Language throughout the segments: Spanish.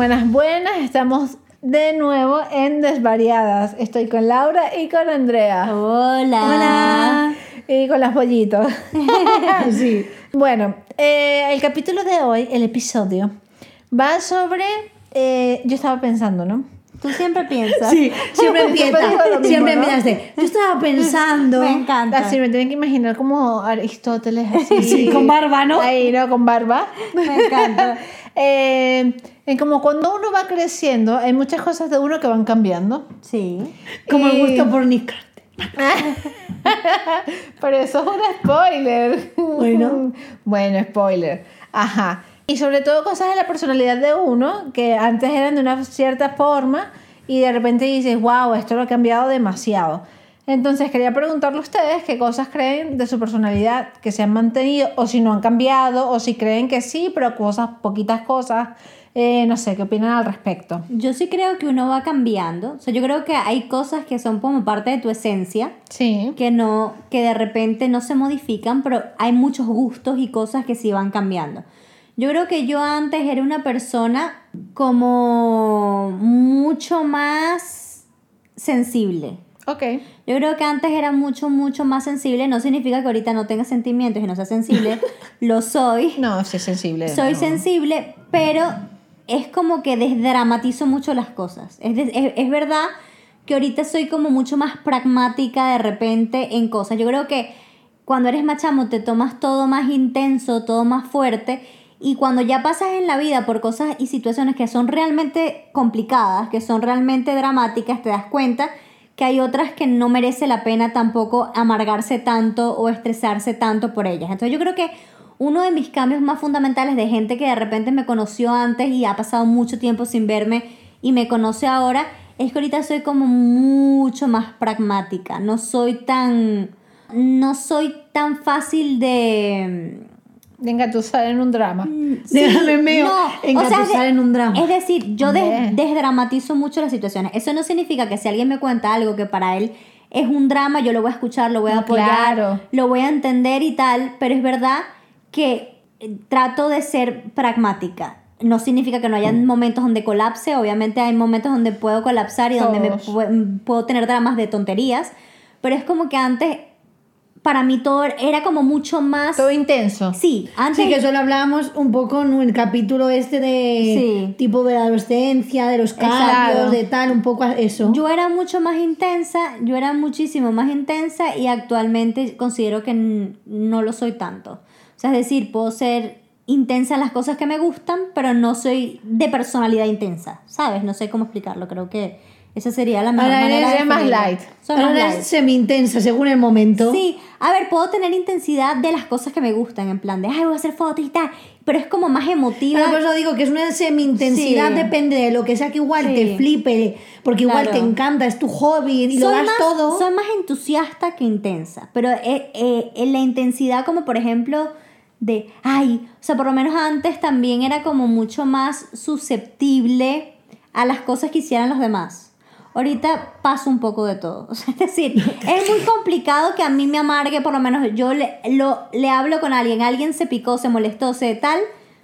Buenas, buenas. Estamos de nuevo en Desvariadas. Estoy con Laura y con Andrea. Hola. Hola. Y con las pollitos. Sí. Bueno, el capítulo de hoy, el episodio, va sobre... yo estaba pensando, ¿no? Tú siempre piensas. Sí, siempre empieza. Siempre ¿no? empiezas de, yo estaba pensando. Me encanta. Así me tienen que imaginar como Aristóteles, así. Sí, con barba, ¿no? Ahí, ¿no? Con barba. Me encanta. En como cuando uno va creciendo, hay muchas cosas de uno que van cambiando. Sí. Como el gusto por Nick Carter. Pero eso es un spoiler. Bueno. Bueno, spoiler. Ajá. Y sobre todo cosas de la personalidad de uno que antes eran de una cierta forma y de repente dices, wow, esto lo ha cambiado demasiado. Entonces quería preguntarle a ustedes qué cosas creen de su personalidad que se han mantenido o si no han cambiado o si creen que sí, pero poquitas cosas. No sé, ¿qué opinan al respecto? Yo sí creo que uno va cambiando. O sea, yo creo que hay cosas que son como parte de tu esencia, Sí. que de repente no se modifican, pero hay muchos gustos y cosas que sí van cambiando. Yo creo que yo antes era una persona como mucho más sensible. Ok. Yo creo que antes era mucho más sensible. No significa que ahorita no tenga sentimientos y no sea sensible. Lo soy. No, sí es sensible. Soy no. sensible, pero es como que desdramatizo mucho las cosas. Es verdad que ahorita soy como mucho más pragmática de repente en cosas. Yo creo que cuando eres más chamo te tomas todo más intenso, todo más fuerte. Y cuando ya pasas en la vida por cosas y situaciones que son realmente complicadas, que son realmente dramáticas, te das cuenta que hay otras que no merece la pena tampoco amargarse tanto o estresarse tanto por ellas. Entonces yo creo que uno de mis cambios más fundamentales de gente que de repente me conoció antes y ha pasado mucho tiempo sin verme y me conoce ahora, es que ahorita soy como mucho más pragmática. No soy tan fácil de engatusar en un drama. Sí, Déjame mío, engatusar en un drama. Es decir, yo Hombre. desdramatizo mucho las situaciones. Eso no significa que si alguien me cuenta algo que para él es un drama, yo lo voy a escuchar, lo voy a No, apoyar, claro. lo voy a entender y tal, pero es verdad que trato de ser pragmática. No significa que no haya momentos donde colapse, obviamente hay momentos donde puedo colapsar y donde Todos. puedo tener dramas de tonterías, pero es como que antes para mí todo era como mucho más... Todo intenso. Sí, antes... Sí, que eso lo hablábamos un poco en el capítulo este de Sí. tipo de la adolescencia, de los cambios, Exacto. de tal, un poco eso. Yo era mucho más intensa, yo era muchísimo más intensa y actualmente considero que no lo soy tanto. O sea, es decir, puedo ser intensa en las cosas que me gustan, pero no soy de personalidad intensa, ¿sabes? No sé cómo explicarlo, creo que esa sería la mejor Ahora manera de eres más definirlo. light. Soy más Ahora light. es semi-intensa según el momento. Sí, a ver, puedo tener intensidad de las cosas que me gustan, en plan de, ay, voy a hacer fotos y tal, pero es como más emotiva. Pero por eso digo que es una semi-intensidad, Sí. depende de lo que sea que igual Sí. te flipe, porque igual Claro. te encanta, es tu hobby y lo Soy das más, todo. Soy más entusiasta que intensa, pero en la intensidad como por ejemplo de, ay, o sea, por lo menos antes también era como mucho más susceptible a las cosas que hicieran los demás. Ahorita paso un poco de todo. O sea, es decir, es muy complicado que a mí me amargue, por lo menos yo le hablo con alguien se picó, se molestó, se tal.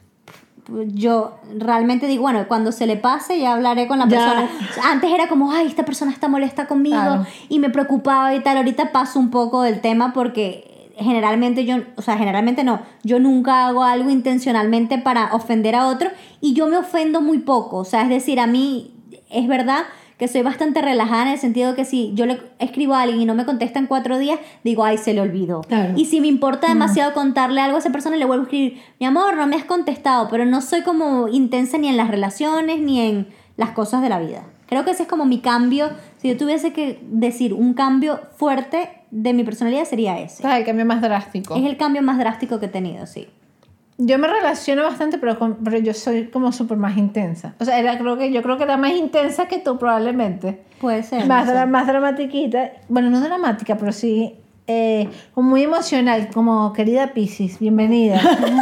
Yo realmente digo, bueno, cuando se le pase ya hablaré con la Ya. persona. Antes era como, ay, esta persona está molesta conmigo, Claro. y me preocupaba y tal. Ahorita paso un poco del tema porque generalmente yo nunca hago algo intencionalmente para ofender a otro y yo me ofendo muy poco. O sea, es decir, a mí es verdad que soy bastante relajada en el sentido que si yo le escribo a alguien y no me contesta en 4 días, digo, ay, se le olvidó. Claro. Y si me importa demasiado contarle algo a esa persona, le vuelvo a escribir, mi amor, no me has contestado, pero no soy como intensa ni en las relaciones ni en las cosas de la vida. Creo que ese es como mi cambio. Si yo tuviese que decir un cambio fuerte de mi personalidad, sería ese. Este es el cambio más drástico. Es el cambio más drástico que he tenido, sí. Yo me relaciono bastante, pero yo soy como súper más intensa. O sea, yo creo que era más intensa que tú probablemente. Puede ser. Más, no sé. más dramatiquita. Bueno, no dramática, pero sí como muy emocional, como querida Piscis, bienvenida.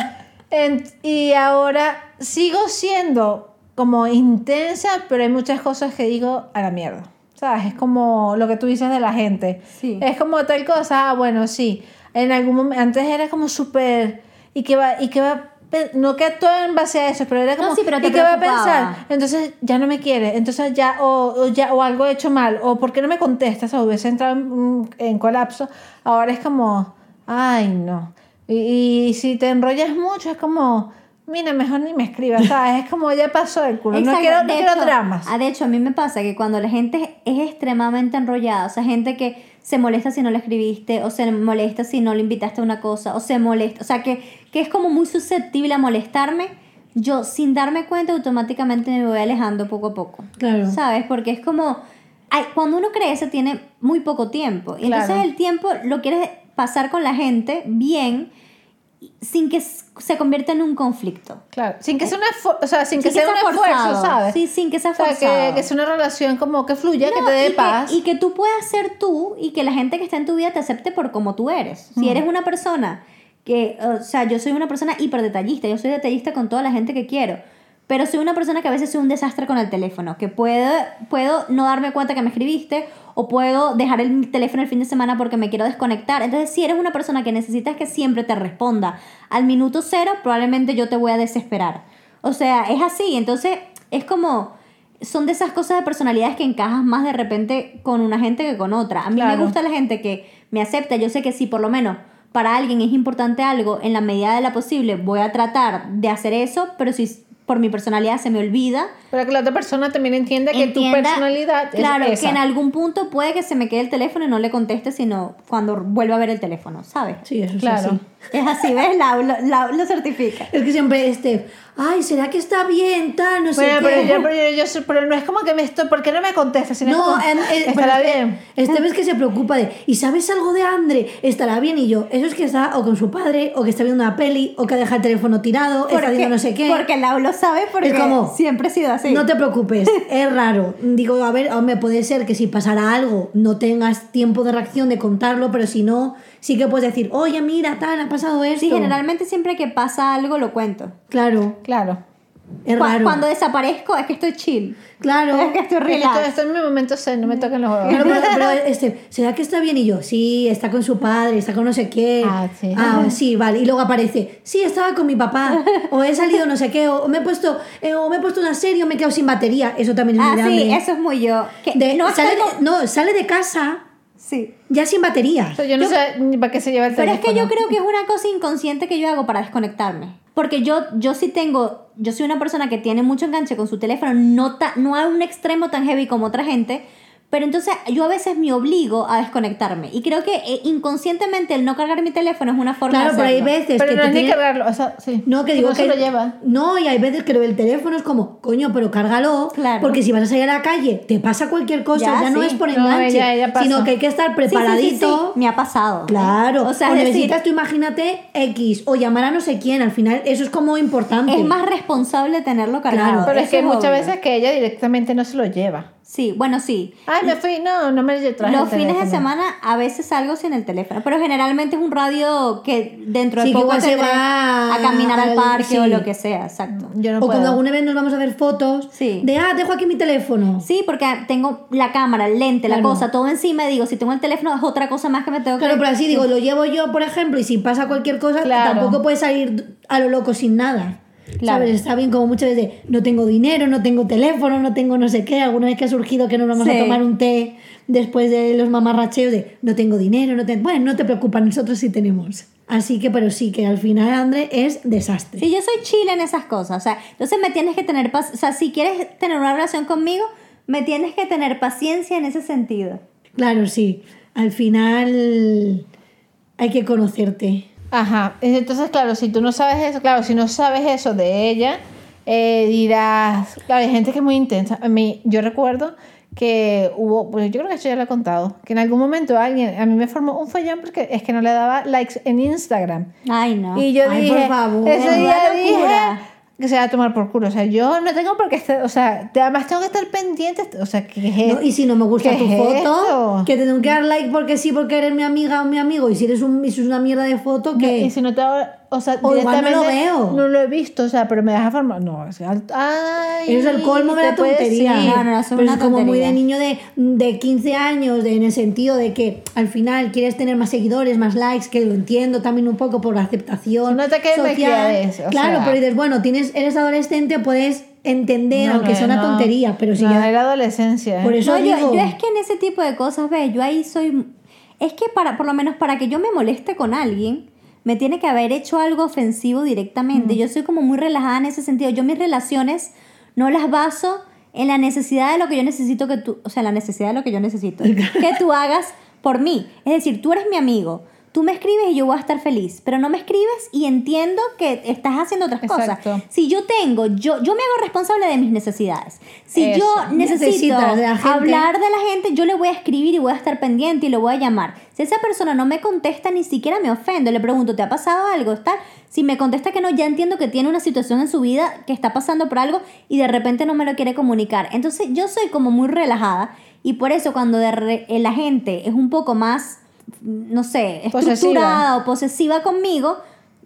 Y ahora sigo siendo como intensa, pero hay muchas cosas que digo a la mierda. ¿Sabes? Es como lo que tú dices de la gente. Sí. Es como tal cosa, bueno, sí. En algún momento, antes era como súper... ¿Y qué va no que actuaba en base a eso, pero era como, No, sí, pero te ¿y qué va a preocupaba. pensar? Entonces ya no me quiere, entonces ya o algo he hecho mal, o ¿por qué no me contestas? O hubiese entrado en colapso. Ahora es como, ay, no. Y si te enrollas mucho, es como, mira, mejor ni me escribas, ¿sabes? Es como, ya pasó el culo, no Exacto. quiero De hecho, dramas. De hecho, a mí me pasa que cuando la gente es extremadamente enrollada, o sea, gente que se molesta si no le escribiste, o se molesta si no le invitaste a una cosa, o se molesta, o sea, que es como muy susceptible a molestarme, yo sin darme cuenta automáticamente me voy alejando poco a poco. Claro. ¿Sabes? Porque es como, cuando uno crece tiene muy poco tiempo, y entonces Claro. el tiempo lo quieres pasar con la gente bien, sin que se convierta en un conflicto. Claro, sin que sea sin que Sin sea un esfuerzo, forzado. ¿sabes? Sí, sin que sea O sea, forzado. que sea una relación como que fluya, que No, te dé y paz. y que tú puedas ser tú y que la gente que está en tu vida te acepte por como tú eres. Si eres una persona que, o sea, yo soy una persona hiper detallista, yo soy detallista con toda la gente que quiero, pero soy una persona que a veces soy un desastre con el teléfono, que puedo no darme cuenta que me escribiste, o puedo dejar el teléfono el fin de semana porque me quiero desconectar. Entonces, si eres una persona que necesitas que siempre te responda al minuto cero, probablemente yo te voy a desesperar. O sea, es así. Entonces, es como, son de esas cosas de personalidades que encajas más de repente con una gente que con otra. A mí Claro. me gusta la gente que me acepta. Yo sé que si por lo menos para alguien es importante algo, en la medida de la posible voy a tratar de hacer eso, pero si por mi personalidad se me olvida, Para que la otra persona también entienda que tu entienda, personalidad claro, es esa. que en algún punto puede que se me quede el teléfono y no le conteste sino cuando vuelva a ver el teléfono, ¿sabes? Sí, eso Claro. es así. Es así, ¿ves? Lo certifica. Es que siempre ay, ¿será que está bien? Tal, no sé Bueno, qué. pero no es como que ¿por qué no me contestas? Sino No, como, estará bien. Este ves que se preocupa ¿y sabes algo de Andre? ¿Estará bien? Y yo, eso es que está o con su padre, o que está viendo una peli, o que ha dejado el teléfono tirado, está haciendo no sé qué. Porque Lau lo sabe, porque Es como, siempre he sido así. No te preocupes, es raro. Digo, a ver, me puede ser que si pasara algo no tengas tiempo de reacción de contarlo, pero si no, sí que puedes decir, oye, mira, tal, ha pasado esto. Sí, generalmente siempre que pasa algo lo cuento. Claro, Claro. es raro. Cuando desaparezco es que estoy chill. Claro. Es que estoy Esto relax. estoy en mi momento zen, no me toquen los huevos. Claro, pero ¿será que está bien? Y yo, sí, está con su padre, está con no sé qué. Ah, sí. Sí, vale. Y luego aparece, sí, estaba con mi papá, o he salido no sé qué, o me he puesto una serie, o me he quedado sin batería. Eso también es muy Sí, grande. eso es muy yo. Que No, no sale de casa Sí. ya sin batería. O sea, yo no sé ni para qué se lleva el Pero es teléfono. que yo creo que es una cosa inconsciente que yo hago para desconectarme. Porque yo soy una persona que tiene mucho enganche con su teléfono, no a un extremo tan heavy como otra gente, pero entonces yo a veces me obligo a desconectarme. Y creo que inconscientemente el no cargar mi teléfono es una forma Claro, de pero hay hacerlo. veces Pero que no te es ni tiene- cargarlo, o sea, sí. No, que digo no que se lo lleva. No, y hay veces que lo del teléfono es como, coño, pero cárgalo, Claro. porque si vas a salir a la calle, te pasa cualquier cosa, ya no sí. es por No, enganche, ya pasa. sino que hay que estar Sí, sí, sí, preparadito. sí. Me ha pasado. Claro, O sea, o es decir, necesitas tú, imagínate, X, o llamar a no sé quién, al final eso es como importante. es más responsable tenerlo cargado. Claro, Pero es Eso que muchas obvio. veces que ella directamente no se lo lleva. Sí, bueno, sí. Ay, me fui, no me traje Los el fines de teléfono. semana a veces salgo sin el teléfono, pero generalmente es un radio que dentro de Sí, que poco igual se tendré va a caminar al parque sí. o lo que sea, exacto. Yo no o puedo. cuando alguna vez nos vamos a ver fotos Sí. de, dejo aquí mi teléfono. Sí, porque tengo la cámara, el lente, la Claro. cosa, todo encima y digo, si tengo el teléfono es otra cosa más que me tengo Claro, que... pero así digo, lo llevo yo, por ejemplo, y si pasa cualquier cosa, Claro. tampoco puedes salir a lo loco sin nada. Claro. ¿Sabes? Está bien como muchas veces, no tengo dinero, no tengo teléfono, no tengo no sé qué. Alguna vez que ha surgido que nos vamos Sí. a tomar un té después de los mamarracheos de no tengo dinero, bueno, no te preocupes, nosotros sí tenemos. Así que, pero sí, que al final André es desastre. Sí, yo soy chile en esas cosas, o sea, entonces me tienes que tener... O sea, si quieres tener una relación conmigo, me tienes que tener paciencia en ese sentido. Claro, sí. Al final hay que conocerte. Ajá, entonces claro, si tú no sabes eso, claro, si no sabes eso de ella, dirás, claro, hay gente que es muy intensa. A mí, yo recuerdo que hubo, pues yo creo que esto ya lo he contado, que en algún momento alguien a mí me formó un follón porque es que no le daba likes en Instagram. Ay, no. Y yo Ay, dije, por favor. ese Menuda día dije locura. que se va a tomar por culo. O sea, yo no tengo por qué estar, o sea, además tengo que estar pendiente, o sea, ¿qué es No, y si no me gusta ¿qué tu es foto, esto? que te tengo que dar like porque sí, porque eres mi amiga o mi amigo, y si eres una mierda de foto, Y que si no te o sea, O igual no lo directamente veo. no lo he visto, o sea, pero me deja formar. No, o sea, ay, Eso es el colmo de te la puedes tontería. ir. No, eso es Pero una es como muy tontería. de niño de 15 años, en el sentido de que al final quieres tener más seguidores, más likes, que lo entiendo también un poco por la aceptación Un ataque de social. malcriadez, o Claro, sea. pero dices, bueno, eres adolescente, puedes entender, No, aunque sea una no. tontería, pero si No, ya... es la adolescencia. Por eso No, digo... yo es que en ese tipo de cosas, ve, yo ahí soy... Es que por lo menos para que yo me moleste con alguien, me tiene que haber hecho algo ofensivo directamente. Yo soy como muy relajada en ese sentido. Yo mis relaciones no las baso en la necesidad de lo que yo necesito que tú... O sea, la necesidad de lo que yo necesito. Que tú hagas por mí. Es decir, tú eres mi amigo. Tú me escribes y yo voy a estar feliz, pero no me escribes y entiendo que estás haciendo otras Exacto. cosas. Si yo me hago responsable de mis necesidades. Si Eso. yo necesito Necesitas de la gente. hablar de la gente, yo le voy a escribir y voy a estar pendiente y lo voy a llamar. Si esa persona no me contesta, ni siquiera me ofendo. Le pregunto, ¿te ha pasado algo? ¿Tal? Si me contesta que no, ya entiendo que tiene una situación en su vida, que está pasando por algo y de repente no me lo quiere comunicar. Entonces yo soy como muy relajada y por eso cuando la gente es un poco más, no sé, estructurada o posesiva conmigo,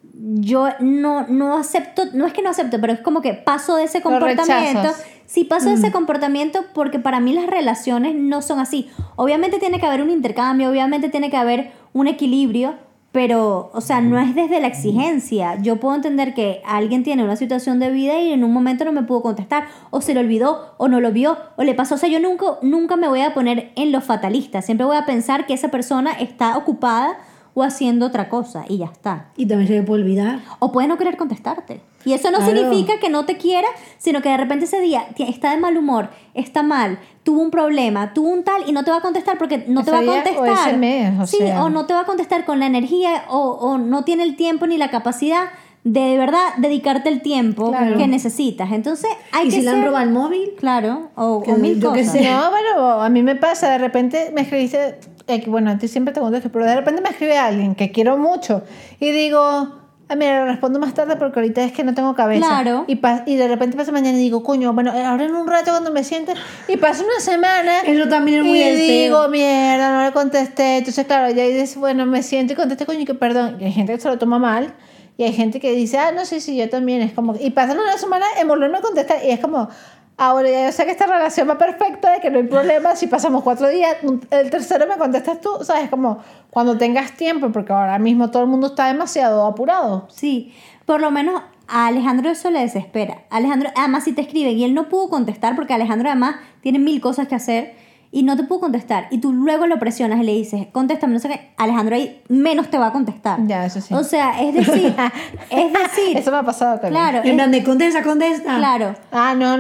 yo no acepto, no es que no acepto, pero es como que paso de ese Lo comportamiento. rechazas. Sí, paso de ese comportamiento porque para mí las relaciones no son así. Obviamente tiene que haber un intercambio, obviamente tiene que haber un equilibrio, pero, o sea, no es desde la exigencia. Yo puedo entender que alguien tiene una situación de vida y en un momento no me pudo contestar, o se lo olvidó, o no lo vio, o le pasó. O sea, yo nunca me voy a poner en lo fatalista. Siempre voy a pensar que esa persona está ocupada o haciendo otra cosa y ya está. Y también se le puede olvidar. O puede no querer contestarte. Y eso no Claro. significa que no te quiera, sino que de repente ese día está de mal humor, está mal, tuvo un problema, tuvo un tal y no te va a contestar porque no te va a Ese día o contestar. ese mes, o sí, sea. o no te va a contestar con la energía o no tiene el tiempo ni la capacidad de verdad dedicarte el tiempo Claro. que necesitas. Entonces hay ¿Y que si le han ser- robado el móvil? Claro, o Que mil yo qué cosas. sé. No, pero a mí me pasa, de repente me escribiste, que bueno, a ti siempre te contesto, pero de repente me escribe alguien que quiero mucho y digo, mira, le respondo más tarde porque ahorita es que no tengo cabeza. Claro. Y de repente pasa mañana y digo, coño, bueno, ahora en un rato cuando me siente, y pasa una semana. Eso también es muy Y digo, feo. mierda, no le contesté. Entonces, claro, ya dices, bueno, me siento y contesté, coño, que perdón. Y hay gente que se lo toma mal. Y hay gente que dice, no sé si yo también. Es como, y pasan una semana en volverme a contestar. Y es como, ahora ya yo sé que esta relación va perfecta, de que no hay problema. Si pasamos 4 días, el tercero me contestas tú. ¿Sabes? Como cuando tengas tiempo, porque ahora mismo todo el mundo está demasiado apurado. Sí, por lo menos a Alejandro eso le desespera. Alejandro, además, si te escriben y él no pudo contestar, porque Alejandro además tiene 1000 cosas que hacer y no te pudo contestar, y tú luego lo presionas y le dices, contéstame, no sé qué, Alejandro ahí menos te va a contestar. Ya, eso sí. O sea, es decir, Eso me ha pasado también. claro, En plan de contesta. claro. Ah, no.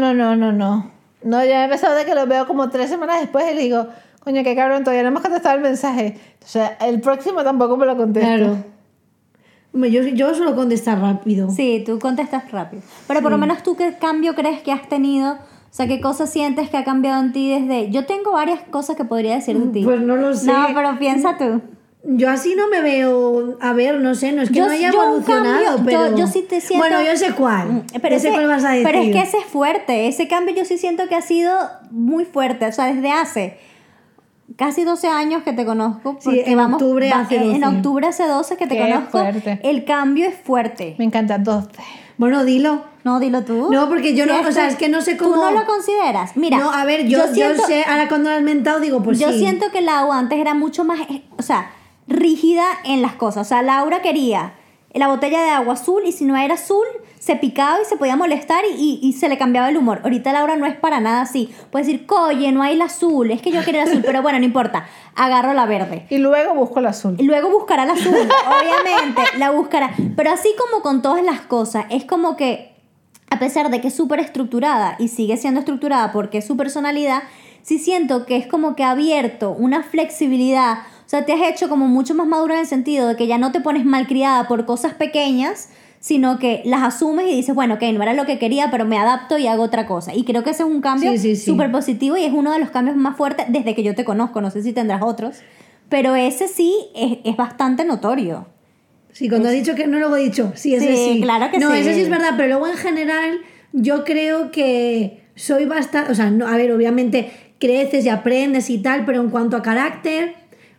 No, ya he empezado de que lo veo como 3 semanas después y le digo, coño, qué cabrón, todavía no hemos contestado el mensaje. Entonces, el próximo tampoco me lo contesto. Claro. Hombre, yo suelo contestar rápido. Sí, tú contestas rápido. Pero por lo menos tú, ¿qué cambio crees que has tenido? O sea, ¿qué cosas sientes que ha cambiado en ti desde...? Yo tengo varias cosas que podría decir de ti. Pues no lo sé. No, pero piensa tú. Yo así no me veo, a ver, no sé, no es que Yo- no haya yo un evolucionado, cambio- pero... yo sí te siento- Bueno, yo sé cuál. Pero Yo sé cuál vas a decir. pero es que ese es fuerte. Ese cambio yo sí siento que ha sido muy fuerte. O sea, desde hace casi 12 años que te conozco. Sí, porque en octubre hace 12. En octubre hace 12 que te Qué conozco. fuerte. El cambio es fuerte. Me encanta 12. Bueno, dilo. No, dilo tú. No, porque yo no, ¿Cierto? o sea, es que no sé cómo... Tú no lo consideras. Mira, No, a ver, yo siento- sé, ahora cuando lo has mentado digo, pues yo sí. siento que Lau antes era mucho más, o sea, rígida en las cosas. O sea, Laura quería la botella de agua azul y si no era azul, se picaba y se podía molestar y se le cambiaba el humor. Ahorita Laura no es para nada así. Puede decir, coye, no hay la azul, es que yo quería el azul, pero bueno, no importa, agarro la verde. Y luego busco el azul. Y luego buscará la azul, obviamente, la buscará. Pero así como con todas las cosas, es como que, a pesar de que es súper estructurada y sigue siendo estructurada porque es su personalidad, sí siento que es como que ha abierto una flexibilidad. O sea, te has hecho como mucho más madura en el sentido de que ya no te pones malcriada por cosas pequeñas, sino que las asumes y dices, bueno, ok, no era lo que quería, pero me adapto y hago otra cosa. Y creo que ese es un cambio Sí. súper positivo y es uno de los cambios más fuertes desde que yo te conozco. No sé si tendrás otros, pero ese sí es bastante notorio. Sí, cuando has dicho que no, luego he dicho, sí, ese Sí, sí. claro que no, sí. eso sí es verdad, pero luego en general yo creo que soy bastante, o sea, no, a ver, obviamente creces y aprendes y tal, pero en cuanto a carácter,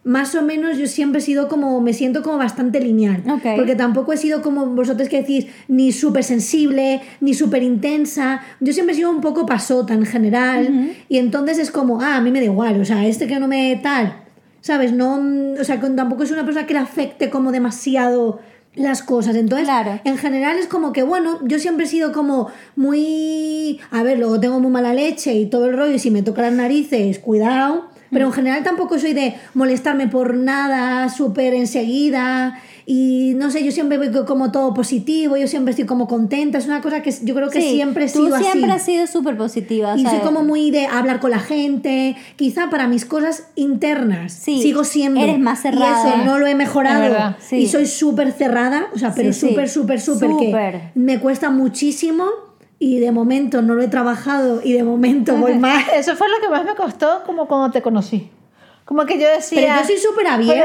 más o menos yo siempre he sido como, me siento como bastante lineal. Ok. Porque tampoco he sido como vosotros que decís, ni súper sensible, ni súper intensa. Yo siempre he sido un poco pasota en general. Y entonces es como, a mí me da igual, o sea, que no me tal, ¿sabes? No, o sea, tampoco es una persona que le afecte como demasiado las cosas. Entonces, Claro. en general es como que, bueno, yo siempre he sido como muy... A ver, luego tengo muy mala leche y todo el rollo, y si me toca las narices, cuidado. Pero en general tampoco soy de molestarme por nada súper enseguida. Y no sé, yo siempre veo como todo positivo, yo siempre estoy como contenta. Es una cosa que yo creo que Sí, siempre he sido tú así. siempre has sido súper positiva. Y o sea, soy como muy de hablar con la gente. Quizá para mis cosas internas Sí, sigo siendo. eres más cerrada. Y eso no lo he mejorado. Es verdad. Sí. Y soy súper cerrada. O sea, pero Sí, sí. súper, que Súper. me cuesta muchísimo. Y de momento no lo he trabajado. Y de momento voy más. Eso fue lo que más me costó como cuando te conocí. Como que yo decía... Pero yo soy súper abierta.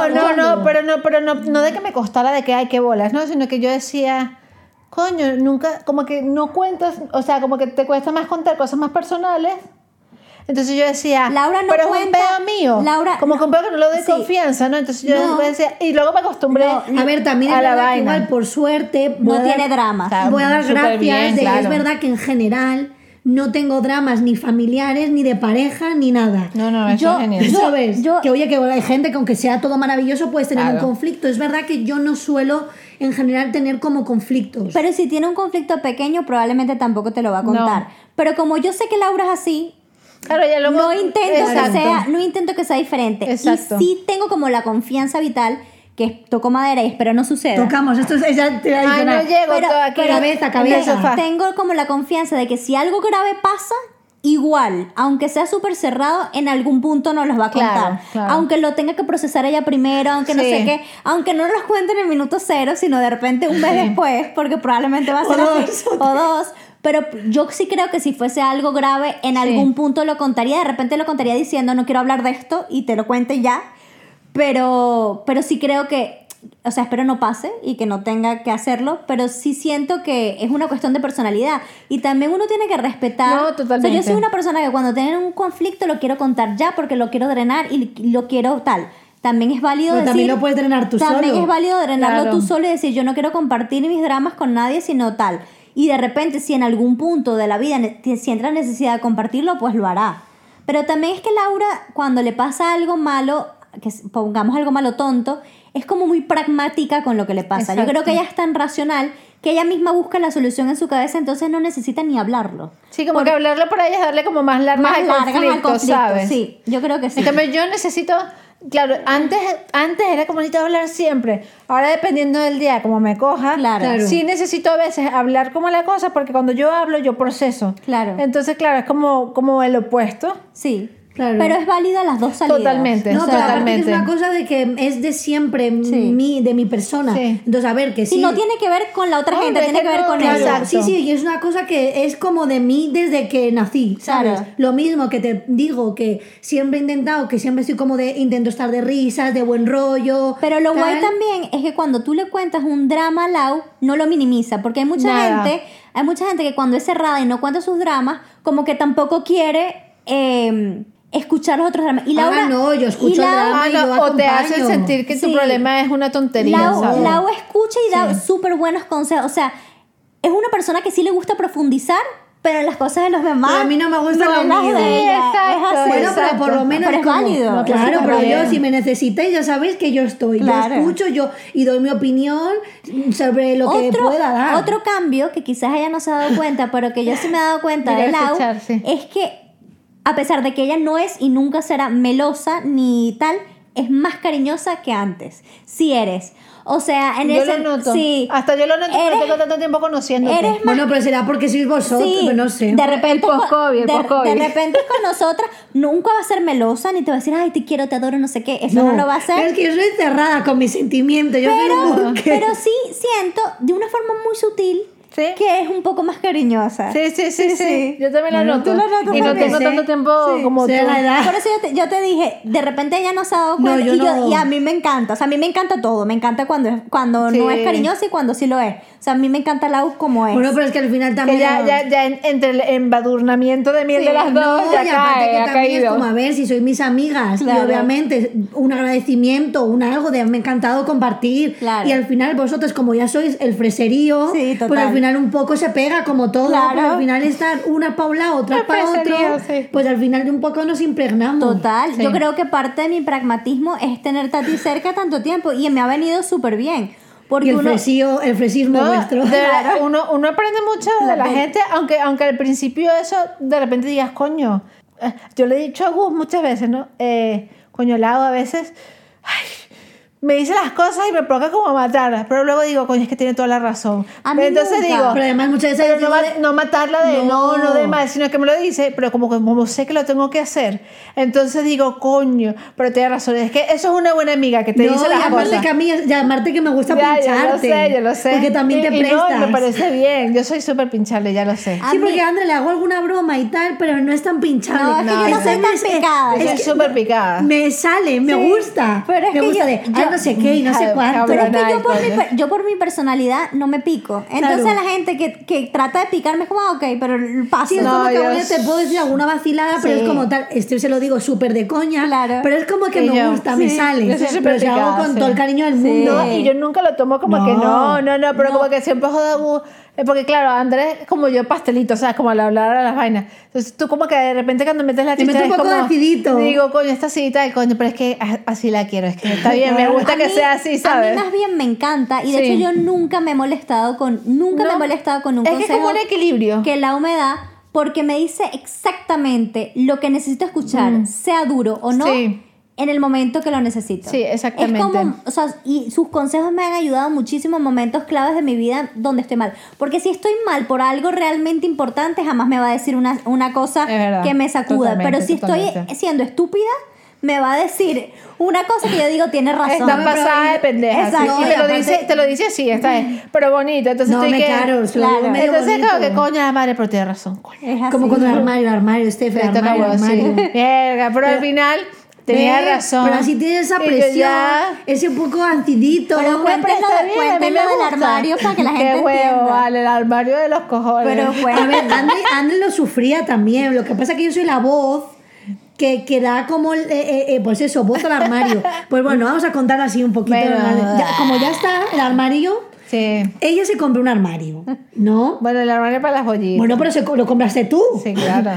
Pero no de que me costara de que hay que bolas, ¿no? Sino que yo decía, coño, nunca, como que no cuentas, o sea, como que te cuesta más contar cosas más personales. Entonces yo decía, Laura no pero cuenta, es un peo mío. Laura, como no, que un peo que no lo doy sí. confianza, ¿no? Entonces yo No. decía, y luego me acostumbré A ver, también es a la verdad que vaina. igual, por suerte, No tiene dramas. Está voy a dar súper gracias bien, de que claro. es verdad que en general no tengo dramas ni familiares, ni de pareja, ni nada. No, eso Yo- es genial. yo- ¿Sabes? yo- que oye, que hay gente que aunque sea todo maravilloso puedes tener Claro. un conflicto. Es verdad que yo no suelo en general tener como conflictos. Pero si tiene un conflicto pequeño, probablemente tampoco te lo va a contar. No. Pero como yo sé que Laura es así, Claro, ya luego... no intento que sea diferente. Exacto. Y sí tengo como la confianza vital, que toco madera y espero no suceda. Tocamos, esto es ya te voy a Ay, adicionar. no llego Pero- todo aquí. pero- Cabeza, en el cabeza. sofá. Tengo como la confianza de que si algo grave pasa, igual, aunque sea súper cerrado, en algún punto nos los va a contar. Claro, claro. Aunque lo tenga que procesar ella primero, aunque no Sí. sé qué, aunque no nos cuente en el minuto cero, sino de repente un mes después, porque probablemente va a ser así, o dos. Pero yo sí creo que si fuese algo grave, en algún punto lo contaría. De repente lo contaría diciendo, no quiero hablar de esto, y te lo cuente ya. Pero sí creo que, o sea, espero no pase y que no tenga que hacerlo, pero sí siento que es una cuestión de personalidad. Y también uno tiene que respetar. No, totalmente. O sea, yo soy una persona que cuando tienen un conflicto lo quiero contar ya porque lo quiero drenar y lo quiero tal. También es válido Pero decir... también lo puedes drenar tú También solo. es válido drenarlo Claro. tú solo y decir, yo no quiero compartir mis dramas con nadie, sino tal. Y de repente, si en algún punto de la vida si entra necesidad de compartirlo, pues lo hará. Pero también es que Laura, cuando le pasa algo malo, que pongamos algo malo tonto, es como muy pragmática con lo que le pasa. Yo Exacto. creo que ella es tan racional que ella misma busca la solución en su cabeza, entonces no necesita ni hablarlo. Sí, como que hablarlo por ahí es darle como más largas Más al largas conflicto, al conflicto, ¿sabes? sí. Yo creo que sí. En cambio, yo necesito... Claro, antes era como necesito hablar siempre. Ahora, dependiendo del día, como me coja, Claro. sí necesito a veces hablar como la cosa, porque cuando yo hablo, yo proceso. Claro. Entonces, claro, es como el opuesto. Sí. Claro. Pero es válida las dos salidas. Totalmente. No, O pero sea, aparte que es totalmente. una cosa de que es de siempre Sí. de mi persona. Sí. Entonces, a ver, que sí. Sí, no tiene que ver con la otra No, gente, es tiene que que ver no, con claro. ella. Claro, sí, sí, y es una cosa que es como de mí desde que nací, ¿sabes? Claro. Lo mismo que te digo, que siempre he intentado, que siempre estoy como intento estar de risas, de buen rollo. Pero lo tal. guay también es que cuando tú le cuentas un drama a Lau, no lo minimiza, porque hay mucha Nada. gente que cuando es cerrada y no cuenta sus dramas, como que tampoco quiere escuchar los otros dramas. Y Laura, no, yo escucho y el Lau- drama. Ah, y yo no, o te hacen acompaño. sentir que tu Sí. problema es una tontería, Lau, ¿sabes? Lau escucha y da súper buenos consejos. O sea, es una persona que sí le gusta profundizar, pero en las cosas de los demás. Pero a mí no me gusta no lo en las mío. de Sí, ella. exacto. Es así. Bueno, pero por lo Exacto. menos Pero es como- válido. No, Pues claro, está pero bien. yo si me necesitáis ya sabéis que yo estoy. Claro. Yo escucho yo y doy mi opinión sobre lo que pueda dar. Otro cambio que quizás ella no se ha dado cuenta, pero que yo sí me he dado cuenta Mira, de Lau, escuchar, sí. es que a pesar de que ella no es y nunca será melosa ni tal, es más cariñosa que antes. Sí eres. O sea, en Yo ese... lo noto. Sí. Hasta yo lo noto porque Eres- tengo tanto tiempo conociéndote. eres más... Bueno, pero será porque sois vosotros, Sí, pero no sé. de repente, El post-COVID, el de post-COVID. repente con nosotras nunca va a ser melosa ni te va a decir, ay, te quiero, te adoro, no sé qué. Eso no, lo va a hacer. Pero es que yo soy cerrada con mis sentimientos. Yo soy un búnker. Pero sí siento de una forma muy sutil ¿Sí? que es un poco más cariñosa. Sí. Yo también la Bueno, noto. tú la notas Y no también, tengo sí. tanto tiempo Sí. como tú. Será la edad. Por eso yo te dije, de repente ella no se ha dado No, cuenta. yo y, no. y a mí me encanta. O sea, a mí me encanta todo. Me encanta cuando Sí. no es cariñosa y cuando sí lo es. O sea, a mí me encanta Lau como es. Bueno, pero es que al final Que también... entre el embadurnamiento de miel Sí, de las dos, No, ya y aparte cae, que ha también es caído. como, a ver, si sois mis amigas, Claro. y obviamente un agradecimiento, un algo de me ha encantado compartir. Claro. Y al final vosotros, como ya sois el freserío, Sí, total. pues al final un poco se pega como todo. Claro. Pues al final estar una para un lado, otra El para otro, freserío, sí. pues al final un poco nos impregnamos. Total, Sí. yo creo que parte de mi pragmatismo es tenerte a ti cerca tanto tiempo y me ha venido súper bien. Porque Y el uno, fresismo No, vuestro. de verdad, uno aprende mucho de la gente, aunque al principio eso, de repente digas, coño, yo le he dicho a Gus muchas veces, ¿no? Coño, Lau a veces, ay, me dice las cosas y me provoca como matarla, pero luego digo, coño, es que tiene toda la razón. A mí Entonces nunca. digo, Pero además muchas veces pero digo de- no matarla de no de mal, sino que me lo dice, pero como sé que lo tengo que hacer, entonces digo, coño, pero tienes razón, es que eso es una buena amiga que te No, dice y las aparte cosas. que a mí llamarte que me gusta Ya, pincharte. yo lo sé. Porque también te y prestas. No, me parece bien. Yo soy súper pinchable, ya lo sé. A Sí, mí- porque a André le hago alguna broma y tal, pero no es tan pinchable. No, es que yo no soy tan picada. Yo soy súper picada. Me sale, me Sí, gusta. pero es me que gusta yo- de, yo- no sé qué y no sé Cabrón, cuánto. Pero es que Ay, coño. yo por mi personalidad no me pico. Entonces Claro. la gente que trata de picarme es como, ok, pero paso. Sí, es No, como que yo- bueno, te puedo decir alguna vacilada, pero Sí. es como tal, esto se lo digo súper de coña, Claro. pero es como que Y me yo, gusta, me sí, sale. yo soy súper Pero si lo hago picada, con sí. todo el cariño del Sí. mundo. No, y yo nunca lo tomo como que pero como que siempre jodo a Gus. Porque claro, Andrés es como yo pastelito, o sea, como al hablar a las vainas. Entonces tú como que de repente cuando metes la Te meto chicha un es poco como, acidito. digo, coño, esta así y tal, coño, pero es que así la quiero, es que está bien, me gusta A que mí- sea así, ¿sabes? A mí más bien me encanta y de Sí. hecho yo nunca me he molestado con un No. consejo Es que es como un equilibrio. que Lau me da porque me dice exactamente lo que necesito escuchar, sea duro o no, Sí. en el momento que lo necesito. Sí, exactamente. Es como, o sea, y sus consejos me han ayudado muchísimo en momentos claves de mi vida donde estoy mal. Porque si estoy mal por algo realmente importante, jamás me va a decir una cosa Es verdad, que me sacuda. totalmente, Pero si estoy totalmente. siendo estúpida, me va a decir una cosa que yo digo tiene razón. Está pasada de pendeja. Exacto. Sí. No, Y y te lo dice así, esta vez, pero bonito. Entonces No, estoy me que... claro, se lo digo Claro. medio Entonces bonito. como que coño la madre, pero tiene razón, coño. Es así. Como con el armario, Estefe, Le toca armario. huevo, sí. Verga, pero al final tenía ¿Ves? razón. Pero así tienes esa Y yo presión, ya- ese poco acidito. Pero cuéntenlo Está bien, a mí cuéntenlo me del gusta. armario para que la gente Qué huevo, entienda. vale, el armario de los cojones. Pero bueno, A ver, André lo sufría también. Lo que pasa es que yo soy la voz que da como, pues eso, voz al armario. Pues bueno, vamos a contar así un poquito. Bueno. Como ya está el armario, Sí. ella se compró un armario, ¿no? Bueno, el armario para las bollitas. Bueno, pero lo compraste tú. Sí, claro.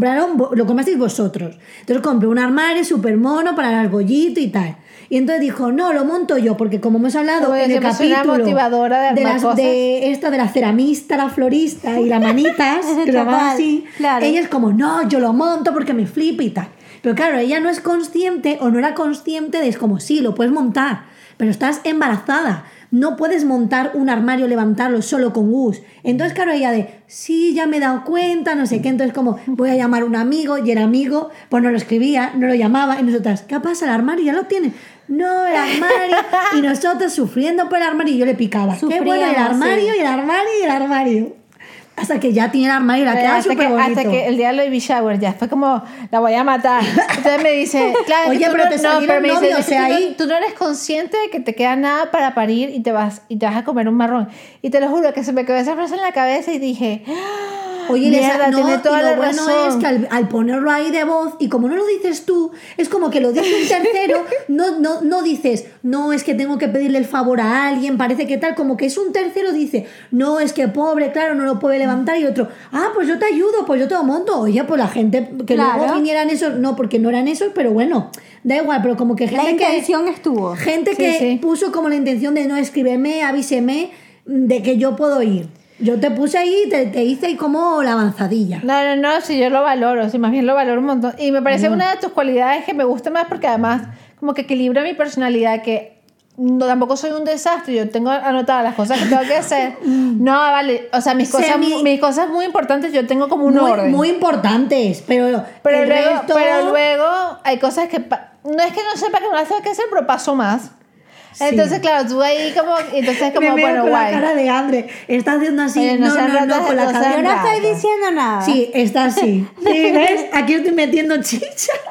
Lo comprasteis vosotros. Entonces compré un armario súper mono para las bollitos y tal. Y entonces dijo, no, lo monto yo, porque como hemos hablado Como yo en el siempre soy una capítulo motivadora de armar cosas. de esta de la ceramista, la florista y la manitas, que lo llaman Total, así, claro. ella es como, no, yo lo monto porque me flipa y tal. Pero claro, ella no es consciente o no era consciente de, es como, sí, lo puedes montar, pero estás embarazada. No puedes montar un armario, levantarlo solo con Gus. Entonces, claro, ella de, sí, ya me he dado cuenta, no sé qué. Entonces, como, voy a llamar a un amigo, y el amigo, pues no lo escribía, no lo llamaba. Y nosotras, ¿qué pasa? ¿El armario ya lo tienes? No, el armario. Y nosotros sufriendo por el armario, y yo le picaba. Qué Sufríamos, bueno, el armario, sí. y el armario, y el armario. Hasta que ya tiene el armario, la queda súper bonito. hasta que el día del baby shower ya fue como la voy a matar. Entonces me dice, claro, es Oye, que tú pero no, te no, salieron pero me dice, novios, es que o sea, tú no- ahí- tú no eres consciente de que te queda nada para parir y te vas a comer un marrón. Y te lo juro que se me quedó esa frase en la cabeza y dije, Oye, mierda, no, tiene toda y lo la bueno razón. es que al ponerlo ahí de voz, y como no lo dices tú, es como que lo dice un tercero, no dices, no, es que tengo que pedirle el favor a alguien, parece que tal, como que es un tercero, dice, no, es que pobre, claro, no lo puede levantar, y otro, pues yo te ayudo, pues yo te lo monto. Oye, pues la gente que Claro. luego vinieran esos, no, porque no eran esos, pero bueno, da igual, pero como que la gente que... intención estuvo. Gente Sí, que sí. puso como la intención de no escríbeme, avíseme de que yo puedo ir. Yo te puse ahí, te hice ahí como la avanzadilla. No, sí, yo lo valoro, sí, más bien lo valoro un montón. Y me parece una de tus cualidades que me gusta más porque además como que equilibra mi personalidad, que no, tampoco soy un desastre, yo tengo anotadas las cosas que tengo que hacer. No, vale, o sea, mis cosas muy importantes yo tengo como un orden. Muy importantes, pero el resto... pero luego hay cosas que... no es que no sepa que no las tengo que hacer, pero paso más. Sí. Entonces, claro, tú ahí como... Entonces como, me veo bueno, con guay. la cara de Andre. Está haciendo así. Oye, no sean ratas, con la no cara. sean Yo no estoy ratas. diciendo nada. Sí, está así. Sí, ¿ves? Aquí estoy metiendo chicha.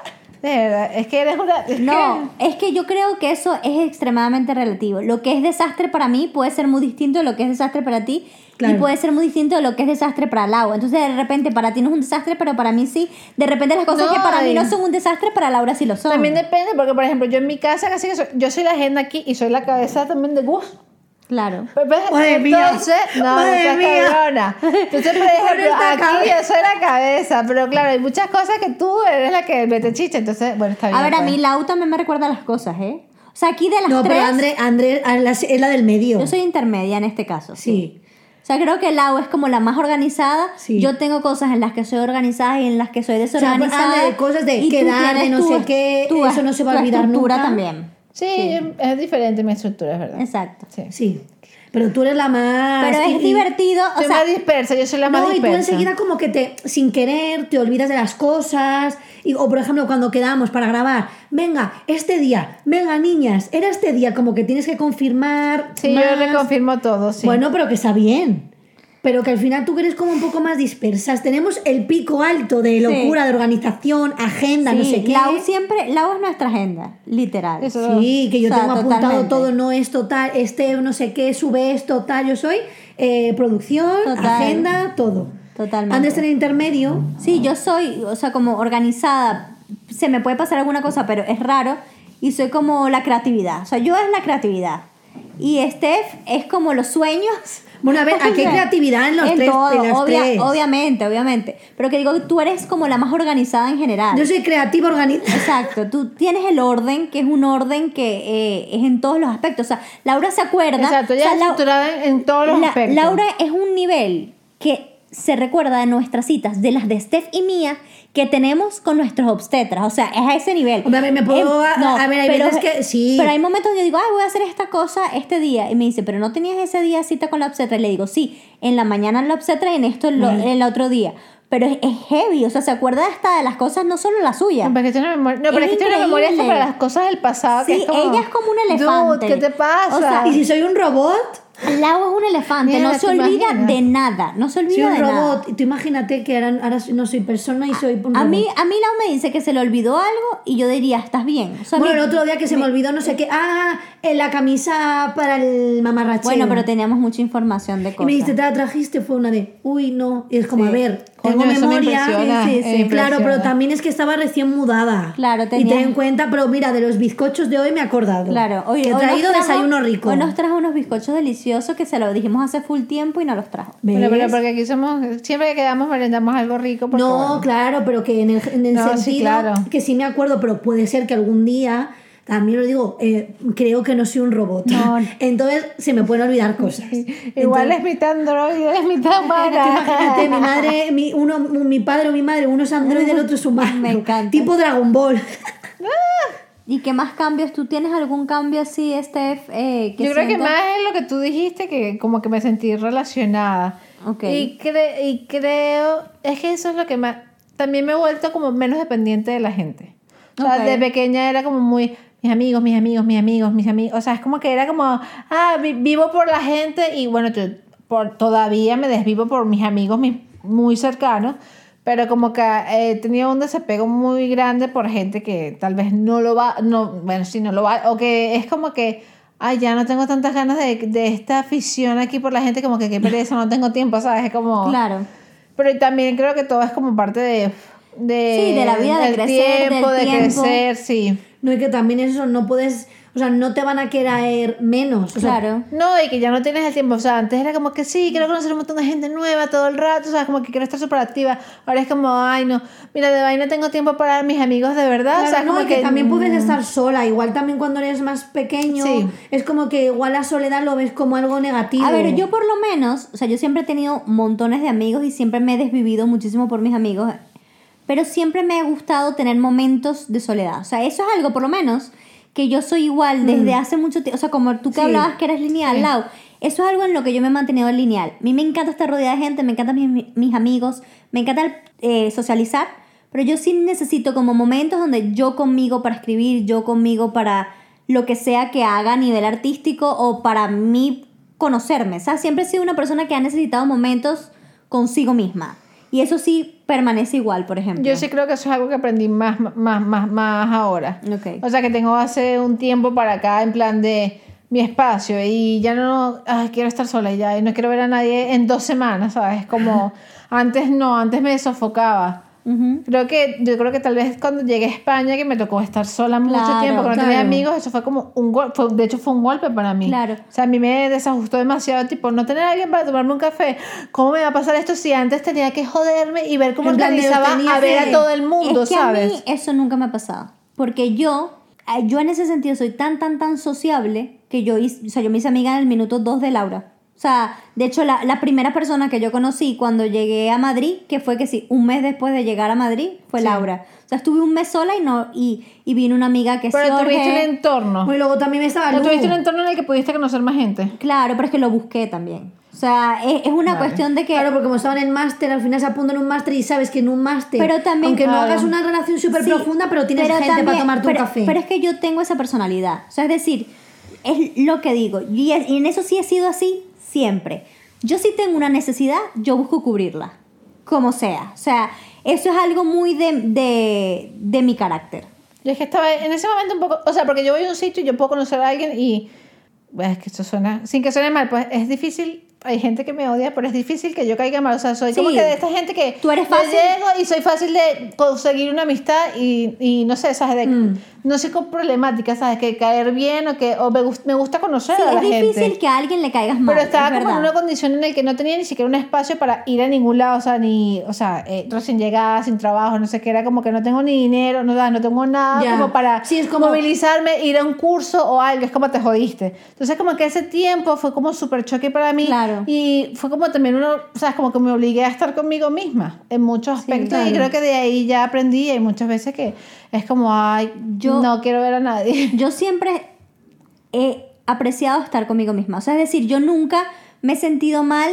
De verdad, es que eres una... No, es que yo creo que eso es extremadamente relativo. Lo que es desastre para mí puede ser muy distinto de lo que es desastre para ti. Claro. Y puede ser muy distinto de lo que es desastre para Lau. Entonces, de repente, para ti no es un desastre, pero para mí sí. De repente, las cosas No, que para mí no son un desastre, para Laura sí lo son. También depende, porque por ejemplo, yo en mi casa casi que yo soy la agenda aquí y soy la cabeza también de Gus. Claro. Madre mía. Entonces, no Madre mía. seas cabrona. Entonces, por ejemplo, esta aquí cabeza. yo soy la cabeza, pero claro, hay muchas cosas que tú eres la que mete chicha, entonces, bueno, está bien. A ver, a pues. mí Lau también me recuerda las cosas, ¿eh? O sea, aquí de las No, tres, pero André es la del medio. yo soy intermedia en este caso. Sí. O sea, creo que Lau es como la más organizada. Sí. Yo tengo cosas en las que soy organizada y en las que soy O sea, desorganizada. habla de cosas de y tú quedar, de tienes no sé qué, eso no se va a olvidar estructura nunca. también. Sí, es diferente mi estructura, es verdad. Exacto. Sí. Sí. Pero tú eres la más... Pero es divertido. O Soy sea, más dispersa, yo soy la más No, y tú dispersa. enseguida como que sin querer te olvidas de las cosas. O por ejemplo, cuando quedamos para grabar, venga, este día, venga, niñas, era este día, como que tienes que confirmar. Sí, más. yo reconfirmo todo, sí. Bueno, pero que está bien. Pero que al final tú eres como un poco más dispersas. Tenemos el pico alto de locura, de organización, agenda, no sé qué. Lau es nuestra agenda, literal. Eso. Sí, que yo O sea, tengo apuntado totalmente. todo, no esto, tal, no sé qué, sube esto, tal. Yo soy producción, Total. agenda, todo. Totalmente. Antes en el intermedio, Sí, yo soy, o sea, como organizada. Se me puede pasar alguna cosa, pero es raro. Y soy como la creatividad. O sea, yo es la creatividad. Y Steph es como los sueños. bueno, a ver, aquí hay creatividad en los En tres. todo, en las tres. obviamente. Pero que digo, tú eres como la más organizada en general. Yo soy creativa organizada. Exacto, tú tienes el orden, que es un orden que es en todos los aspectos. O sea, Laura se acuerda. Exacto, o ya sea, es estructurada en todos los aspectos. Laura es un nivel que se recuerda de nuestras citas, de las de Steph y mía, que tenemos con nuestros obstetras. O sea, es a ese nivel. Hombre, a ver, me puedo... a ver, hay veces que... Sí. Pero hay momentos donde yo digo, ay, voy a hacer esta cosa este día. Y me dice, pero ¿no tenías ese día cita con la obstetra? Y le digo, sí, en la mañana en la obstetra y en esto el otro día. Pero es heavy, o sea, se acuerda hasta de las cosas, no solo las suyas. No, pero es que tiene memoria, pero es que tiene memoria hasta para las cosas del pasado. que Sí, es como, ella es como un elefante. Dude, ¿qué te pasa? O sea, ¿Y si soy un robot? Lau es un elefante, Mira, no se ¿te olvida imaginas? de nada, no se Soy olvida un de nada. robot. Y tú imagínate que ahora no soy persona y soy un A robot. mí Lau me dice que se le olvidó algo y yo diría, ¿estás bien? O sea, Bueno, el otro día que se me olvidó no sé qué. En la camisa para el mamarracheo. Bueno, pero teníamos mucha información de Y cosas. me dijiste, ¿te la trajiste? Fue una de, uy, no. Y es como, Sí. a ver, Coño, tengo eso me memoria. impresiona, Sí, me claro, pero impresiona. también es que estaba recién mudada. Claro, Y tenía- ten en cuenta, pero mira, de los bizcochos de hoy me he acordado. Claro, Que he traído nos trajo- desayuno rico. Hoy nos trajo unos bizcochos deliciosos que se lo dijimos hace full tiempo y no los trajo. Pero ¿Ves? porque aquí somos, siempre que quedamos merendamos algo rico. Porque, No, bueno, claro, pero que en el No, sí, sentido claro. que sí me acuerdo, pero puede ser que algún día, también lo digo, creo que no soy un robot. No. Entonces se me pueden olvidar cosas. igual Entonces, es mitad androide, es mitad humana. imagínate, mi madre, mi padre o mi madre, uno es androide, el otro es humano. Me encanta. Tipo Dragon Ball. ¿Y qué más cambios? ¿Tú tienes algún cambio así, Steph? Yo creo que más es lo que tú dijiste, que como que me sentí relacionada. Ok. Y creo, es que eso es lo que más, también me he vuelto como menos dependiente de la gente. O sea, Ok. de pequeña era como muy, mis amigos. O sea, es como que era como, vivo por la gente y bueno, todavía me desvivo por mis amigos muy cercanos. Pero como que he tenido un desapego muy grande por gente que tal vez no lo va, o que es como que, ay, ya no tengo tantas ganas de esta afición aquí por la gente, como que qué pereza, no tengo tiempo, ¿sabes? Es como... Claro. Pero también creo que todo es como parte de Sí, de la vida, de del crecer, tiempo, del de tiempo. crecer, sí. No, y que también eso no puedes, o sea, no te van a querer menos. O sea, Claro. No, y que ya no tienes el tiempo. O sea, antes era como que sí, quiero conocer un montón de gente nueva todo el rato. O sea, como que quiero estar súper activa. Ahora es como, ay, no. Mira, de vaina tengo tiempo para mis amigos de verdad. Claro, o sea, no, como y que también puedes mm, estar sola. Igual también cuando eres más pequeño, Sí. es como que igual la soledad lo ves como algo negativo. A ver, yo por lo menos, o sea, yo siempre he tenido montones de amigos y siempre me he desvivido muchísimo por mis amigos, pero siempre me ha gustado tener momentos de soledad. O sea, eso es algo, por lo menos, que yo soy igual desde hace mucho tiempo. O sea, como tú que Sí. hablabas que eres lineal, Sí. Lau, eso es algo en lo que yo me he mantenido lineal. A mí me encanta estar rodeada de gente, me encantan mis amigos, me encanta socializar, pero yo sí necesito como momentos donde yo conmigo para escribir, yo conmigo para lo que sea que haga a nivel artístico o para mí conocerme. O sea, siempre he sido una persona que ha necesitado momentos consigo misma. Y eso sí, permanece igual, por ejemplo. Yo sí creo que eso es algo que aprendí más ahora. Ok. O sea, que tengo hace un tiempo para acá en plan de mi espacio y ya no, quiero estar sola y ya, y no quiero ver a nadie en 2 semanas, ¿sabes? Como antes me sofocaba. Ujú. Yo creo que tal vez cuando llegué a España, que me tocó estar sola mucho Claro, tiempo, que no claro. tenía amigos, eso fue como un golpe, de hecho fue un golpe para mí. Claro. O sea, a mí me desajustó demasiado, tipo, no tener a alguien para tomarme un café. ¿Cómo me va a pasar esto si antes tenía que joderme y ver cómo En plan de, organizaba tenía a ver que- a todo el mundo, Es que ¿sabes? a mí eso nunca me ha pasado. Porque yo en ese sentido soy tan sociable que yo me hice amiga en el minuto 2 de Laura. O sea, de hecho, la primera persona que yo conocí cuando llegué a Madrid, que fue que sí, un mes después de llegar a Madrid, fue Sí. Laura. O sea, estuve un mes sola y vino una amiga que es Pero tuviste un Jorge. entorno. Y luego también estaba No Lu. tuviste un entorno en el que pudiste conocer más gente. Claro, pero es que lo busqué también. O sea, es una Vale. cuestión de que... Claro, porque como estaban en máster, al final se apuntan en un máster y sabes que en un máster, Pero también- aunque no Claro. hagas una relación súper Sí, profunda, pero tienes gente también- para tomarte un pero- café. Pero es que yo tengo esa personalidad. O sea, es decir, es lo que digo. Y en eso sí he sido así siempre. Yo sí tengo una necesidad, yo busco cubrirla. Como sea. O sea, eso es algo muy de mi carácter. Yo es que estaba en ese momento un poco, o sea, porque yo voy a un sitio y yo puedo conocer a alguien y, bueno, es que esto suena, sin que suene mal, pues es difícil, hay gente que me odia, pero es difícil que yo caiga mal, o sea, soy como Sí. que de esta gente que Tú eres yo fácil. llego y soy fácil de conseguir una amistad y no sé, ¿sabes? No soy con problemática, ¿sabes? Que caer bien o me gusta conocer Sí, a la es difícil gente. que a alguien le caigas mal. Pero estaba es como en verdad. una condición en la que no tenía ni siquiera un espacio para ir a ningún lado, o sea, recién llegada, sin trabajo, no sé qué, era como que no tengo ni dinero, no tengo nada Ya. como para Sí, es como- movilizarme, ir a un curso o algo, es como te jodiste. Entonces como que ese tiempo fue como súper choque para mí Claro. y fue como también o sea, como que me obligué a estar conmigo misma en muchos aspectos y claro. creo que de ahí ya aprendí y hay muchas veces que es como, ay, Yo- no quiero ver a nadie. Yo siempre he apreciado estar conmigo misma. O sea, es decir, yo nunca me he sentido mal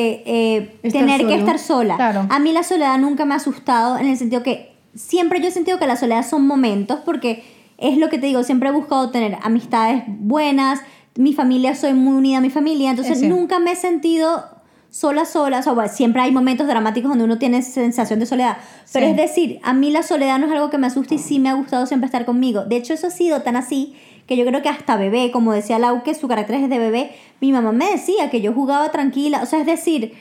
de Estar tener que solo. estar sola. Claro. A mí la soledad nunca me ha asustado en el sentido que siempre yo he sentido que la soledad son momentos porque es lo que te digo, siempre he buscado tener amistades buenas, mi familia, soy muy unida a mi familia, entonces Es cierto. nunca me he sentido sola, o sea, bueno, siempre hay momentos dramáticos donde uno tiene sensación de soledad, pero Sí. es decir, a mí la soledad no es algo que me asuste y sí me ha gustado siempre estar conmigo. De hecho, eso ha sido tan así que yo creo que hasta bebé, como decía Lau, que su carácter es de bebé, mi mamá me decía que yo jugaba tranquila, o sea, es decir,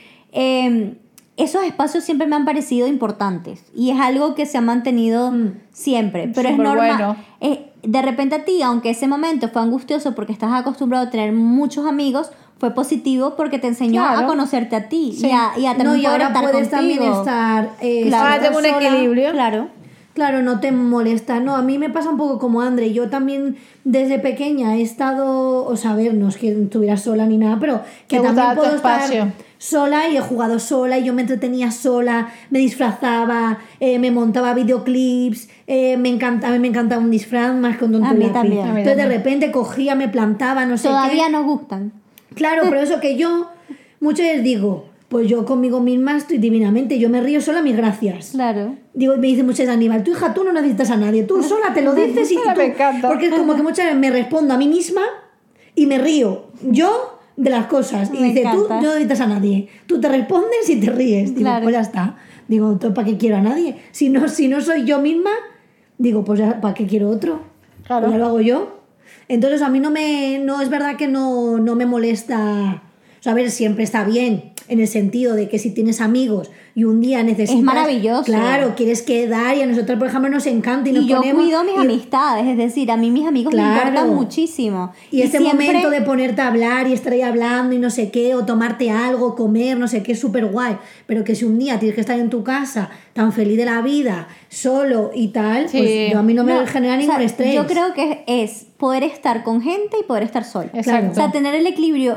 esos espacios siempre me han parecido importantes y es algo que se ha mantenido siempre, pero es Súper normal. bueno. De repente a ti, aunque ese momento fue angustioso porque estás acostumbrado a tener muchos amigos, fue positivo porque te enseñó Claro. a conocerte a ti Sí. y a No, también y poder ahora estar puedes también contigo. estar... Claro. estar Tengo un sola. equilibrio. Claro. Claro, no te molesta. No, a mí me pasa un poco como Andre. Yo también desde pequeña he estado, o sea, a ver, no es que estuviera sola ni nada, pero que Te también gustaba tu puedo estar espacio. sola y he jugado sola y yo me entretenía sola, me disfrazaba, me montaba videoclips, a mí me encantaba un disfraz más con un A mí lápiz. también. A mí Entonces de también. repente cogía, me plantaba, no sé Todavía qué. nos gustan. Claro, pero eso que yo muchas veces digo, pues yo conmigo misma estoy divinamente, yo me río sola, mis gracias. Claro. Digo, me dice muchas veces Aníbal, tu hija, tú no necesitas a nadie, tú sola te lo dices y Me tú... encanta. Porque es como que muchas veces me respondo a mí misma y me río yo de las cosas. Y Me dice, tú encanta. no necesitas a nadie, tú te respondes y te ríes. Digo, Claro. pues ya está. Digo, ¿tú para qué quiero a nadie? Si no soy yo misma, digo, pues ya, ¿para qué quiero otro? Claro. Pues ya lo hago yo. Entonces a mí no es verdad que no me molesta. O sea, a ver, siempre está bien, en el sentido de que si tienes amigos y un día necesitas... Es maravilloso. Claro, quieres quedar y a nosotros, por ejemplo, nos encanta y nos Y yo ponemos... cuido mis y- amistades, es decir, a mí mis amigos me Claro. importan muchísimo. Y este siempre- momento de ponerte a hablar y estar ahí hablando y no sé qué, o tomarte algo, comer, no sé qué, es súper guay. Pero que si un día tienes que estar en tu casa, tan feliz de la vida, solo y tal, Sí. pues yo, a mí no me No, genera o ningún sea, estrés. Yo creo que es poder estar con gente y poder estar solo. Exacto. O sea, tener el equilibrio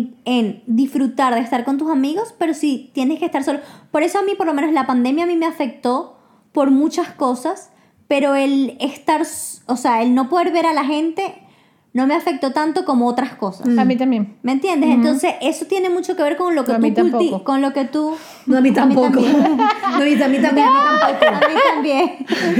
en disfrutar de estar con tus amigos, pero si tienes que estar solo. Por eso a mí, por lo menos, la pandemia a mí me afectó por muchas cosas, pero el estar, o sea, el no poder ver a la gente no me afectó tanto como otras cosas. A mí también. ¿Me entiendes? Entonces, eso tiene mucho que ver con lo que A mí tú tampoco. con lo que tú... No, a mí tampoco. también. No, y a mí también, a mí tampoco. A mí también.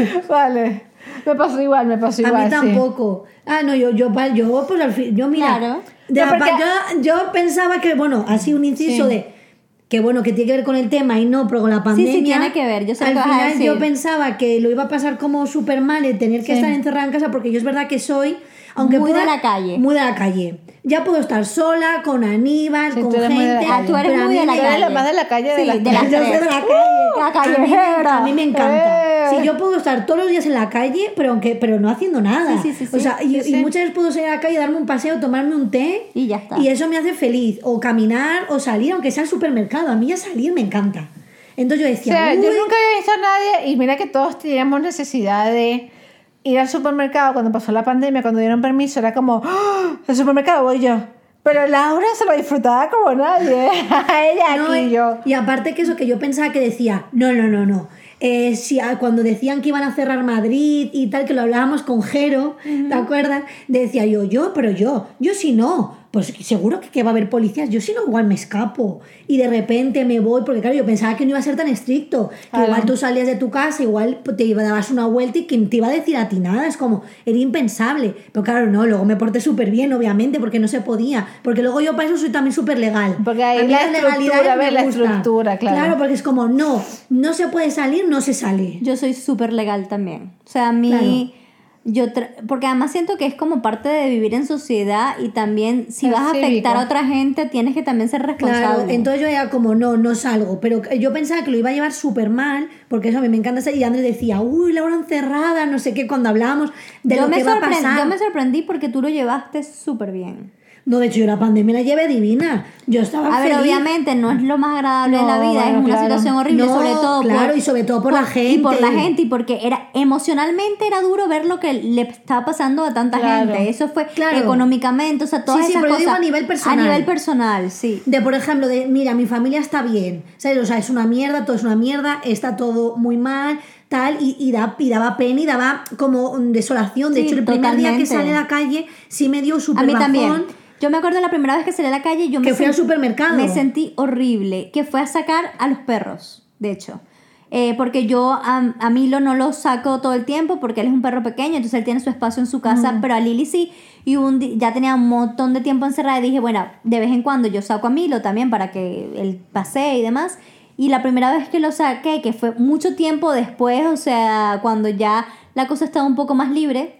Vale. Me pasó igual, A sí. mí tampoco. Ah, no, yo pues al fin, yo mira, Claro. de- No, porque- yo pensaba que, bueno, así un inciso Sí. de, que bueno, que tiene que ver con el tema y no, pero con la pandemia. Sí, tiene que ver, yo sé al lo que vas a final decir. yo pensaba que lo iba a pasar como súper mal el tener que Sí. estar encerrada en casa, porque yo es verdad que soy, aunque Muy pueda, de la calle. muy de la calle. Ya puedo estar sola, con Aníbal, Sí, con tú eres muy de la gente. calle. Tú eres pero a muy mí de la me- Tú eres calle. la más de la calle de Sí, las de las tres. Yo soy de tres. la calle. La A mí callejera. me encanta. Si yo puedo estar todos los días en la calle, pero no haciendo nada. Sí, sí, sí, O sea, y, sí. y muchas veces puedo salir a la calle, darme un paseo, tomarme un té. Y ya está. Y eso me hace feliz. O caminar, o salir, aunque sea al supermercado. A mí ya salir me encanta. Entonces yo O decía, sea, yo "Uy". nunca había visto a nadie, y mira que todos teníamos necesidad de ir al supermercado cuando pasó la pandemia, cuando dieron permiso, era como, ¡ah! El supermercado voy yo. Pero Laura se lo disfrutaba como nadie. Ella No, aquí, yo. Y aparte que eso que yo pensaba que decía, no. Cuando decían que iban a cerrar Madrid y tal, que lo hablábamos con Jero, ¿te acuerdas? Decía pero yo si no, pues seguro que va a haber policías, yo si no igual me escapo y de repente me voy, porque claro, yo pensaba que no iba a ser tan estricto, que Claro. igual tú salías de tu casa, igual te dabas una vuelta y quien te iba a decir a ti nada, es como, era impensable, pero claro, no, luego me porté súper bien, obviamente, porque no se podía, porque luego yo para eso soy también súper legal. Porque ahí A mí la las legalidades estructura, me ves la gustan. estructura, claro. Claro, porque es como, no se puede salir, no se sale. Yo soy súper legal también. O sea, a mí... porque además siento que es como parte de vivir en sociedad y también si Es vas a afectar cívico. a otra gente tienes que también ser responsable. Claro, entonces yo era como, no salgo. Pero yo pensaba que lo iba a llevar súper mal, porque eso a mí me encanta hacer. Y Andrés decía, uy, Laura encerrada, no sé qué, cuando hablábamos de lo que va a pasar. Yo me sorprendí porque tú lo llevaste súper bien. No, de hecho, yo la pandemia la llevé divina. Yo estaba A ver, feliz. obviamente no es lo más agradable de la No, vida, bueno, es una claro. situación horrible, No, sobre todo claro, y sobre todo por la gente. Y por la gente, y porque emocionalmente era duro ver lo que le estaba pasando a tanta Claro. gente. Eso fue Claro. económicamente, o sea, todas Sí, esas pero yo cosas. digo a nivel personal. A nivel personal, sí. De, por ejemplo, de, mira, mi familia está bien, ¿sabes? O sea, es una mierda, todo es una mierda, está todo muy mal, tal, y daba pena y daba como desolación. De Sí, hecho, el primer día que totalmente. salí a la calle sí me dio A súper mí bajón. también. Yo me acuerdo la primera vez que salí a la calle, yo Que fui al supermercado. me sentí horrible, que fue a sacar a los perros, de hecho. Porque yo a Milo no lo saco todo el tiempo porque él es un perro pequeño, entonces él tiene su espacio en su casa, pero a Lily sí. Y ya tenía un montón de tiempo encerrada y dije, bueno, de vez en cuando yo saco a Milo también para que él pasee y demás. Y la primera vez que lo saqué, que fue mucho tiempo después, o sea, cuando ya la cosa estaba un poco más libre,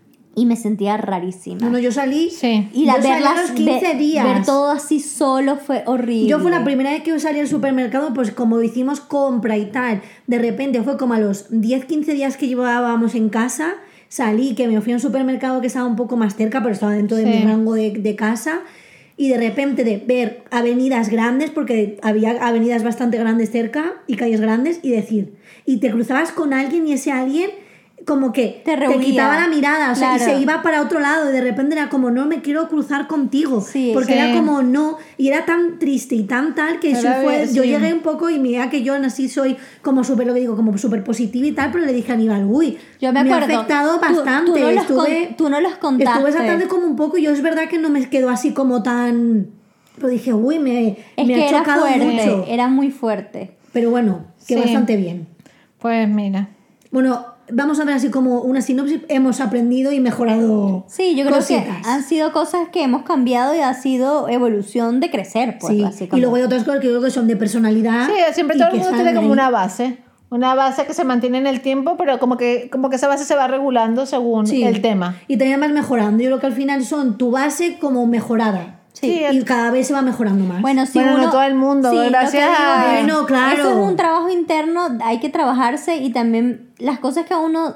y me sentía rarísima. No, yo salí. Sí. Y yo salí a verlas, los 15 días. ver todo así solo fue horrible. Yo fue la primera vez que yo salí al supermercado, pues como hicimos compra y tal, de repente fue como a los 10-15 días que llevábamos en casa, salí, que me fui a un supermercado que estaba un poco más cerca, pero estaba dentro de Sí. mi rango de casa, y de repente de ver avenidas grandes, porque había avenidas bastante grandes cerca y calles grandes, y decir, y te cruzabas con alguien y ese alguien como que Te te rehuía. quitaba la mirada, o sea, Claro. y se iba para otro lado y de repente era como, no me quiero cruzar contigo, Sí, porque sí. era como, no, y era tan triste y tan tal que eso Era fue, bien, yo sí. llegué un poco y mira que yo así soy como súper, lo que digo, como súper positiva y tal, pero le dije a Aníbal, uy, Yo me ha acuerdo. afectado Tú bastante, no los estuve tú no los contaste. estuve esa tarde como un poco y yo es verdad que no me quedó así como tan, pero dije, uy, me Es ha que era chocado fuerte, mucho, era muy fuerte. pero bueno, que Sí. bastante bien. Pues mira. Bueno, vamos a ver así como una sinopsis, hemos aprendido y mejorado Sí, yo creo cositas. que han sido cosas que hemos cambiado y ha sido evolución de crecer, pues, Sí, básicamente. y luego hay otras cosas que yo creo que son de personalidad. Sí, siempre y todo el que mundo están tiene como ahí. una base. Una base que se mantiene en el tiempo, pero como que esa base se va regulando según Sí. el tema. Y también vas mejorando. Yo creo que al final son tu base como mejorada. Sí. Y cada vez se va mejorando más. Bueno, si Bueno, no uno, todo el mundo, sí, lo que gracias digo a- es, Bueno, claro. Eso es un trabajo interno, hay que trabajarse y también las cosas que a uno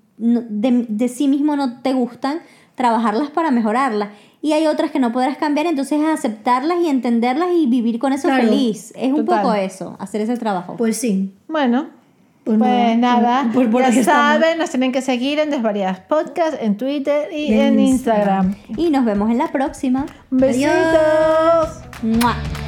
de sí mismo no te gustan, trabajarlas para mejorarlas. Y hay otras que no podrás cambiar, entonces aceptarlas y entenderlas y vivir con eso Claro. feliz. Es un Total. poco eso, hacer ese trabajo. Pues sí. Bueno, Pues pues nada, Pues por ya aquí estamos. saben, nos tienen que seguir en Desvariadas Podcast, en Twitter y En en Instagram. Instagram. Y nos vemos en la próxima. Besitos. ¡Mua!